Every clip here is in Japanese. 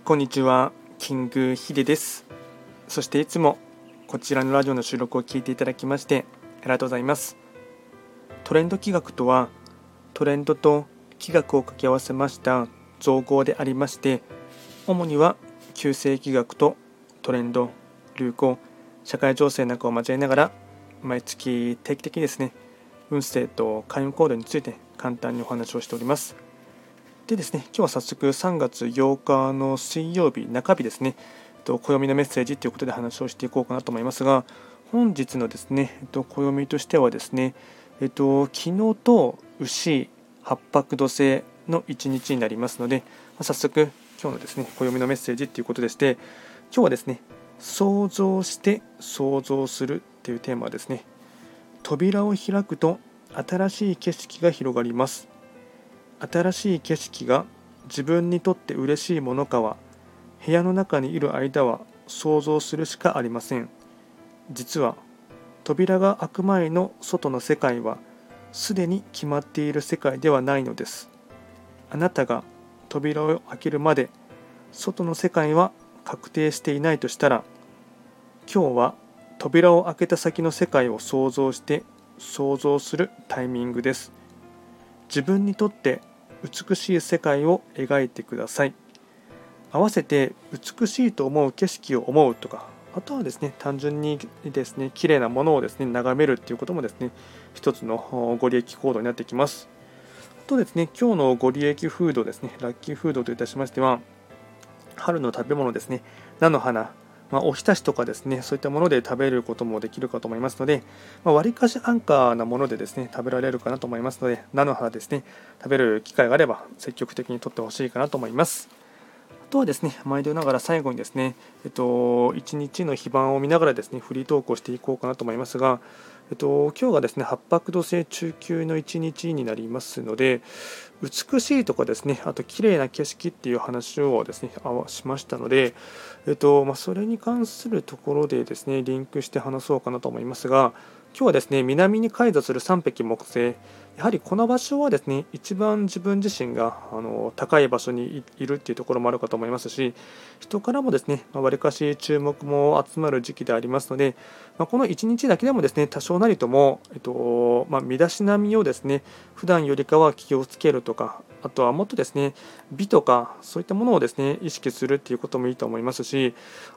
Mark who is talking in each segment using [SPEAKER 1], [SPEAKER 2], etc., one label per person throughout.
[SPEAKER 1] こんにちは、キングヒデです。そしていつもこちらのラジオの収録を聞いていただきましてありがとうございます。トレンド企画とは、トレンドと企画を掛け合わせました造語でありまして、主には旧世企画とトレンド、流行、社会情勢なんかを交えながら、毎月定期的にですね、運勢と開運行動について簡単にお話をしております。でですね、今日は早速3月8日の水曜日中日ですね、暦のメッセージということで話をしていこうかなと思いますが、本日のですね、暦としてはですね、昨日と牛、八白土星の一日になりますので、早速今日のですね、暦のメッセージということでして、今日はですね、想像して想像するというテーマはですね、扉を開くと新しい景色が広がります。新しい景色が自分にとって嬉しいものかは、部屋の中にいる間は想像するしかありません。実は扉が開く前の外の世界はすでに決まっている世界ではないのです。あなたが扉を開けるまで外の世界は確定していないとしたら、今日は扉を開けた先の世界を想像して想像するタイミングです。自分にとって美しい世界を描いてください。合わせて美しいと思う景色を思うとか、あとはですね、単純にですね、綺麗なものをですね、眺めるっていうこともですね、一つのご利益行動になってきます。あとですね、今日のご利益フードですね、ラッキーフードといたしましては、春の食べ物ですね、菜の花、おひたしとかですね、そういったもので食べることもできるかと思いますので、わりかし安価なものでですね、食べられるかなと思いますので、菜の花ですね、食べる機会があれば積極的にとってほしいかなと思います。あとはですね、毎度ながら最後にですね、一日の非番を見ながらですね、フリートークをしていこうかなと思いますが、今日がですね、八白土星中級の一日になりますので、美しいとかですね、あと綺麗な景色っていう話をですね、しましたので、それに関するところでですね、リンクして話そうかなと思いますが、今日はですね、南に開座する三匹木星、やはりこの場所はですね、一番自分自身が高い場所にいるっていうところもあるかと思いますし、人からもですね、わりかし注目も集まる時期でありますので、この1日だけでもですね、多少なりとも、身だしなみをですね、普段よりかは気をつけるとか、あとはもっとですね、美とかそういったものをですね、意識するっていうこともいいと思いますし、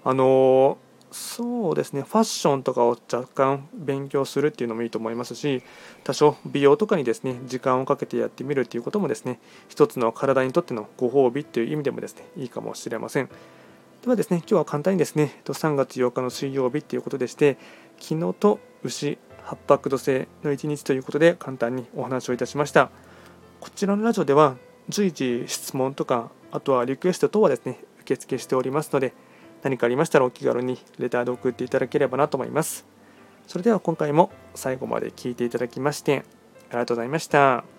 [SPEAKER 1] そうですね、ファッションとかを若干勉強するっていうのもいいと思いますし、多少美容とかにですね、時間をかけてやってみるっていうこともですね、一つの体にとってのご褒美っていう意味でもですね、いいかもしれません。ではですね、今日は簡単にですね、3月8日の水曜日ということでして、昨日と牛、八白土星の一日ということで簡単にお話をいたしました。こちらのラジオでは随時質問とか、あとはリクエスト等はですね、受付しておりますので、何かありましたらお気軽にレターで送っていただければなと思います。それでは今回も最後まで聞いていただきましてありがとうございました。